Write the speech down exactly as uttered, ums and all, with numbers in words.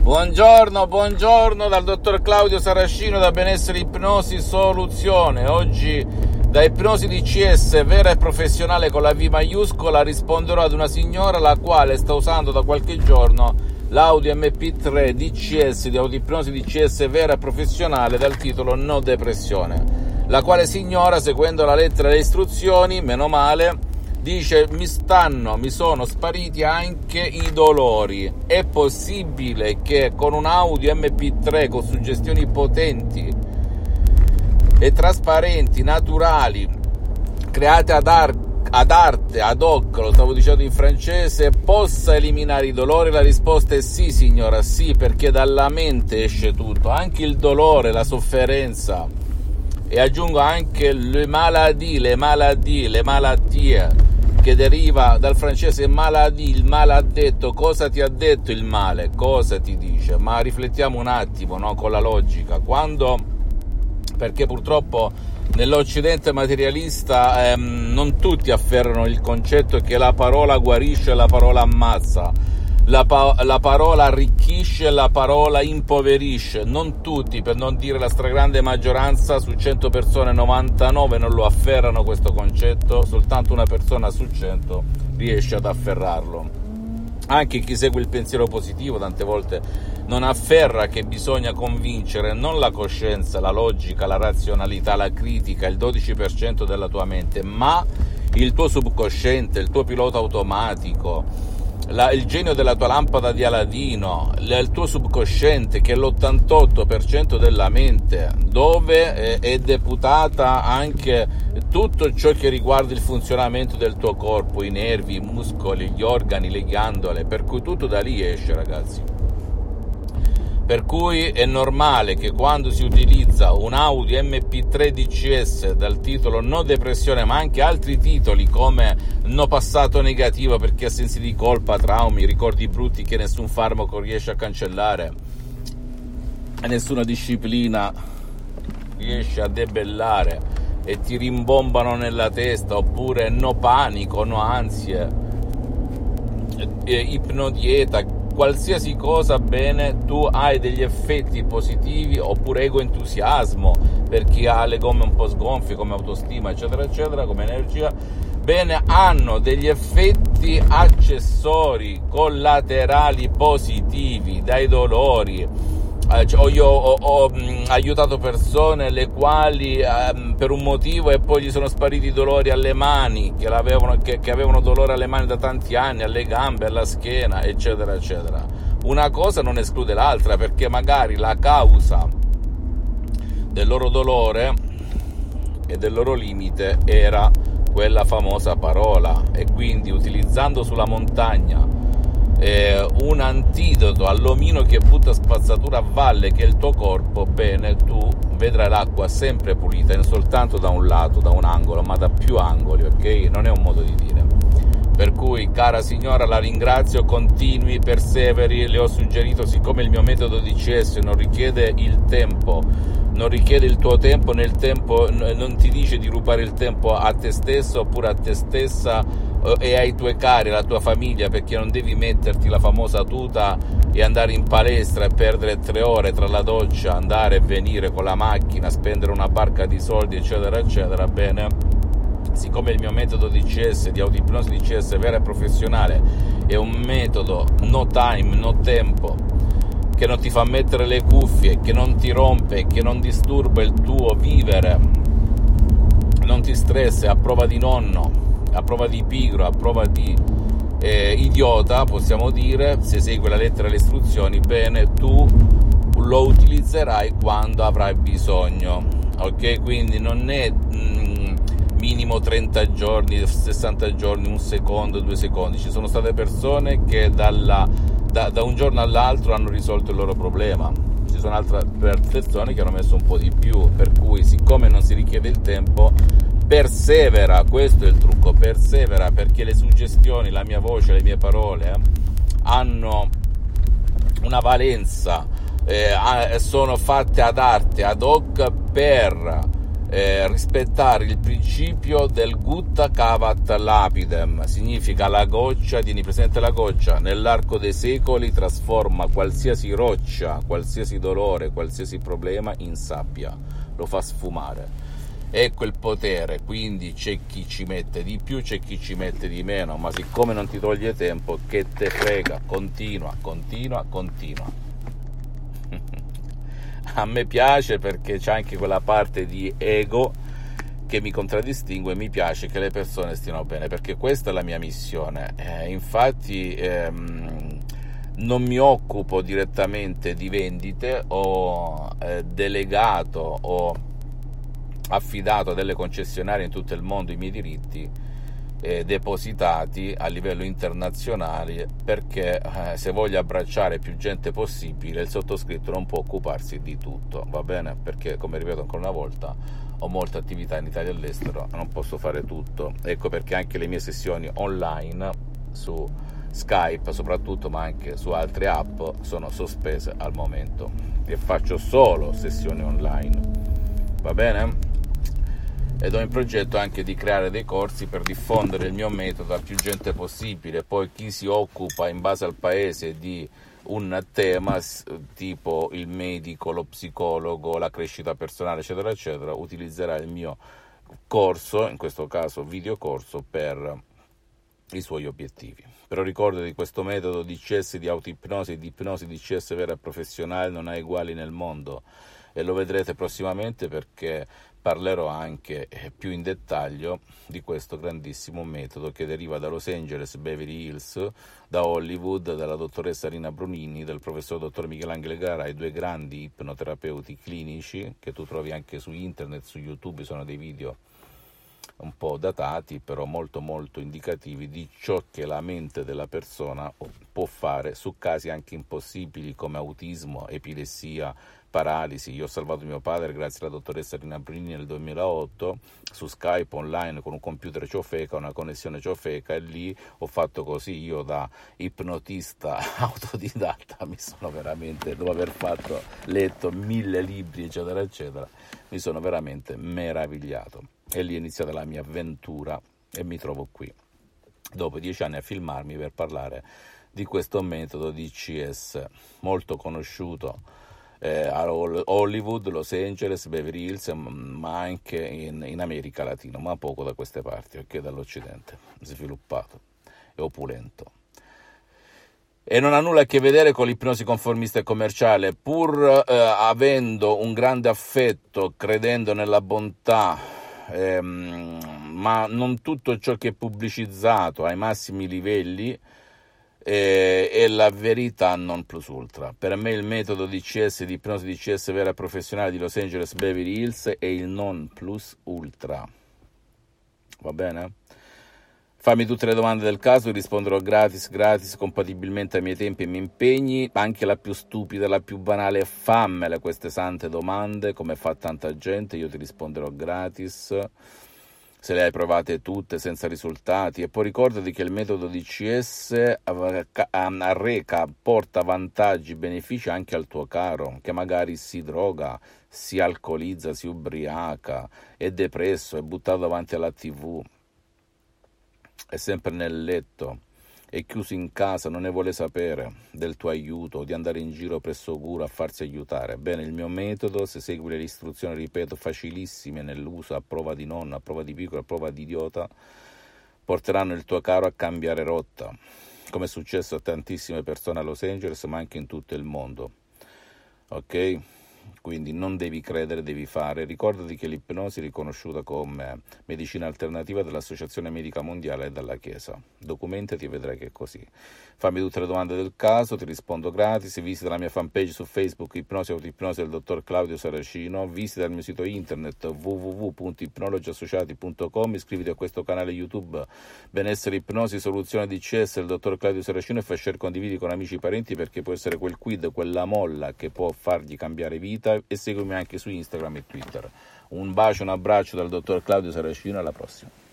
Buongiorno, buongiorno dal dottor Claudio Saracino da Benessere Ipnosi Soluzione. Oggi da Ipnosi D C S vera e professionale con la V maiuscola risponderò ad una signora la quale sta usando da qualche giorno l'audio M P tre D C S di Audipnosi D C S vera e professionale dal titolo No Depressione, la quale signora, seguendo la lettera e le istruzioni, meno male, dice: mi stanno, mi sono spariti anche i dolori. È possibile che con un audio M P tre con suggestioni potenti e trasparenti, naturali, create ad, ar- ad arte, ad hoc, lo stavo dicendo in francese, possa eliminare i dolori? La risposta è sì, signora, sì, perché dalla mente esce tutto, anche il dolore, la sofferenza, e aggiungo anche le maladie, le maladie, le malattie, che deriva dal francese maladie, il maladetto. Cosa ti ha detto il male? Cosa ti dice? Ma riflettiamo un attimo, no? Con la logica. Quando, perché purtroppo nell'Occidente materialista ehm, non tutti afferrano il concetto che la parola guarisce e la parola ammazza, la, pa- la parola arricchisce e la parola impoverisce. Non tutti, per non dire la stragrande maggioranza, su cento persone novantanove non lo afferrano questo concetto, soltanto una persona su cento riesce ad afferrarlo. Anche chi segue il pensiero positivo tante volte non afferra che bisogna convincere non la coscienza, la logica, la razionalità, la critica, il dodici per cento della tua mente, ma il tuo subconsciente, il tuo pilota automatico, La, il genio della tua lampada di Aladino, il tuo subconsciente, che è l'ottantotto per cento della mente, dove è, è deputata anche tutto ciò che riguarda il funzionamento del tuo corpo, i nervi, i muscoli, gli organi, le ghiandole, per cui tutto da lì esce, ragazzi. Per cui è normale che quando si utilizza un audio M P tre D C S dal titolo No Depressione, ma anche altri titoli come No Passato Negativo, perché ha sensi di colpa, traumi, ricordi brutti che nessun farmaco riesce a cancellare e nessuna disciplina riesce a debellare e ti rimbombano nella testa, oppure no panico, no ansie, eh, ipnodieta, qualsiasi cosa, bene, tu hai degli effetti positivi, oppure ego entusiasmo per chi ha le gomme un po' sgonfie come autostima eccetera eccetera, come energia, bene, hanno degli effetti accessori collaterali positivi dai dolori. Eh, cioè, io ho, ho, ho mh, aiutato persone le quali eh, per un motivo e poi gli sono spariti i dolori alle mani, che, l'avevano, che, che avevano dolore alle mani da tanti anni, alle gambe, alla schiena eccetera eccetera. Una cosa non esclude l'altra, perché magari la causa del loro dolore e del loro limite era quella famosa parola, e quindi utilizzando sulla montagna Eh, un antidoto all'omino che butta spazzatura a valle, che è il tuo corpo, bene, tu vedrai l'acqua sempre pulita, non soltanto da un lato, da un angolo, ma da più angoli, ok? Non è un modo di dire. Per cui, cara signora, la ringrazio, continui, perseveri. Le ho suggerito, siccome il mio metodo D C S non richiede il tempo, non richiede il tuo tempo, nel tempo non ti dice di rubare il tempo a te stesso oppure a te stessa e ai tuoi cari, alla tua famiglia, perché non devi metterti la famosa tuta e andare in palestra e perdere tre ore tra la doccia, andare e venire con la macchina, spendere una barca di soldi eccetera eccetera. Bene, siccome il mio metodo D C S di Audipnosi D C S vera e professionale è un metodo no time, no tempo, che non ti fa mettere le cuffie, che non ti rompe, che non disturba il tuo vivere, non ti stressa, è a prova di nonno, a prova di pigro, a prova di eh, idiota, possiamo dire, se segui la lettera e le istruzioni, bene, tu lo utilizzerai quando avrai bisogno, ok? Quindi non è mm, minimo trenta giorni, sessanta giorni, un secondo, due secondi. Ci sono state persone che dalla, da, da un giorno all'altro hanno risolto il loro problema. Ci sono altre persone che hanno messo un po' di più, per cui siccome non si richiede il tempo, persevera, questo è il trucco, persevera, perché le suggestioni, la mia voce, le mie parole eh, hanno una valenza, eh, sono fatte ad arte, ad hoc, per eh, rispettare il principio del gutta cavat lapidem, significa la goccia, tieni presente la goccia, nell'arco dei secoli trasforma qualsiasi roccia, qualsiasi dolore, qualsiasi problema in sabbia, lo fa sfumare. Ecco il potere, quindi c'è chi ci mette di più, c'è chi ci mette di meno, ma siccome non ti toglie tempo, che te frega, continua, continua, continua. A me piace perché c'è anche quella parte di ego che mi contraddistingue, e mi piace che le persone stiano bene, perché questa è la mia missione. Eh, infatti ehm, non mi occupo direttamente di vendite, ho eh, delegato, ho affidato a delle concessionarie in tutto il mondo i miei diritti eh, depositati a livello internazionale, perché eh, se voglio abbracciare più gente possibile il sottoscritto non può occuparsi di tutto, va bene? Perché, come ripeto ancora una volta, ho molte attività in Italia e all'estero, non posso fare tutto. Ecco perché anche le mie sessioni online su Skype soprattutto, ma anche su altre app, sono sospese al momento e faccio solo sessioni online, va bene? Ed ho in progetto anche di creare dei corsi per diffondere il mio metodo a più gente possibile. Poi chi si occupa in base al paese di un tema, tipo il medico, lo psicologo, la crescita personale, eccetera, eccetera, utilizzerà il mio corso, in questo caso videocorso, per i suoi obiettivi. Però ricorda di questo metodo di C S, di autoipnosi e di ipnosi di C S vera e professionale non ha uguali nel mondo, e lo vedrete prossimamente, perché parlerò anche più in dettaglio di questo grandissimo metodo che deriva da Los Angeles, Beverly Hills, da Hollywood, dalla dottoressa Rina Brunini, del professor dottor Michelangelo Garay, due grandi ipnoterapeuti clinici che tu trovi anche su internet, su YouTube. Sono dei video un po' datati, però molto molto indicativi di ciò che la mente della persona può fare su casi anche impossibili come autismo, epilessia, paralisi. Io ho salvato mio padre grazie alla dottoressa Rina Brunini nel duemilaotto su Skype online con un computer ciofeca, una connessione ciofeca, e lì ho fatto così. Io da ipnotista autodidatta mi sono veramente, dopo aver fatto letto mille libri eccetera eccetera, mi sono veramente meravigliato, e lì è iniziata la mia avventura e mi trovo qui dopo dieci anni a filmarmi per parlare di questo metodo di C S molto conosciuto eh, a Hollywood, Los Angeles, Beverly Hills, ma anche in, in America Latina, ma poco da queste parti, ok, dall'Occidente, sviluppato e opulento. E non ha nulla a che vedere con l'ipnosi conformista e commerciale. Pur eh, avendo un grande affetto, credendo nella bontà, ehm, ma non tutto ciò che è pubblicizzato ai massimi livelli eh, è la verità non plus ultra. Per me il metodo di C S, di ipnosi di C S vera e professionale di Los Angeles Beverly Hills è il non plus ultra, va bene? Fammi tutte le domande del caso, risponderò gratis, gratis, compatibilmente ai miei tempi e ai miei impegni. Anche la più stupida, la più banale, fammele queste sante domande, come fa tanta gente, io ti risponderò gratis, se le hai provate tutte senza risultati. E poi ricordati che il metodo di C S arreca, porta vantaggi, benefici anche al tuo caro, che magari si droga, si alcolizza, si ubriaca, è depresso, è buttato davanti alla tivù, è sempre nel letto, è chiuso in casa, non ne vuole sapere del tuo aiuto, di andare in giro presso cura a farsi aiutare. Bene, il mio metodo, se segui le istruzioni, ripeto, facilissime nell'uso, a prova di nonna, a prova di piccolo, a prova di idiota, porteranno il tuo caro a cambiare rotta, come è successo a tantissime persone a Los Angeles, ma anche in tutto il mondo. Ok? Quindi non devi credere, devi fare. Ricordati che l'ipnosi è riconosciuta come medicina alternativa dall'Associazione Medica Mondiale e dalla Chiesa. Documentati e vedrai che è così. Fammi tutte le domande del caso, ti rispondo gratis. Visita la mia fanpage su Facebook, Ipnosi Autoipnosi del dottor Claudio Saracino. Visita il mio sito internet w w w punto ipnologi associati punto com. Iscriviti a questo canale YouTube Benessere Ipnosi Soluzione di C S del dottor Claudio Saracino, e fai share, condividi con amici e parenti, perché può essere quel quid, quella molla che può fargli cambiare vita. E seguimi anche su Instagram e Twitter. Un bacio, un abbraccio dal dottor Claudio Saracino, alla prossima.